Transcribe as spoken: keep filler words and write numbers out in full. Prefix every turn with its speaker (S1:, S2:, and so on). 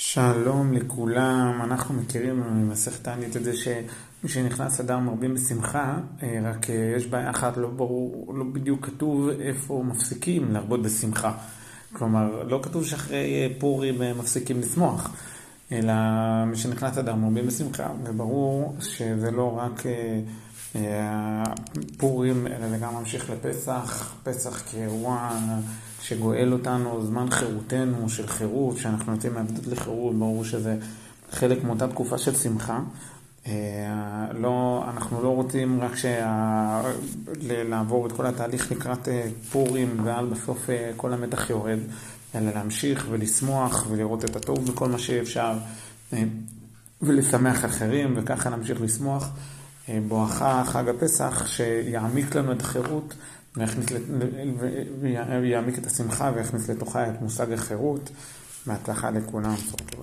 S1: שלום לכולם, אנחנו מכירים ממסכת תענית את זה שמי שנכנס אדר מרבים בשמחה, רק יש בעיה אחת, לא ברור, לא בדיוק כתוב איפה מפסיקים להרבות בשמחה. כלומר, לא כתוב שאחרי פורים מפסיקים לשמוח, אלא מי שנכנס אדר מרבים בשמחה, וברור שזה לא רק פורים, אלא זה גם ממשיך לפסח, פסח כאירוע שגואל אותנו, זמן חירותנו של חירות, שאנחנו יוצאים מעבדות לחירות, ברור שזה חלק מאותה תקופה של שמחה. לא, אנחנו לא רוצים רק שה... לעבור את כל התהליך לקראת פורים, ועל בסוף כל המתח יורד, אלא להמשיך ולשמוח ולראות את הטוב בכל מה שאפשר, ולשמח אחרים, וככה נמשיך לשמוח. בואכה חג הפסח שיעמיק לנו את החירות, ויעמיק את השמחה ויכניס לתוכה את מושג החירות. בהצלחה לכולם.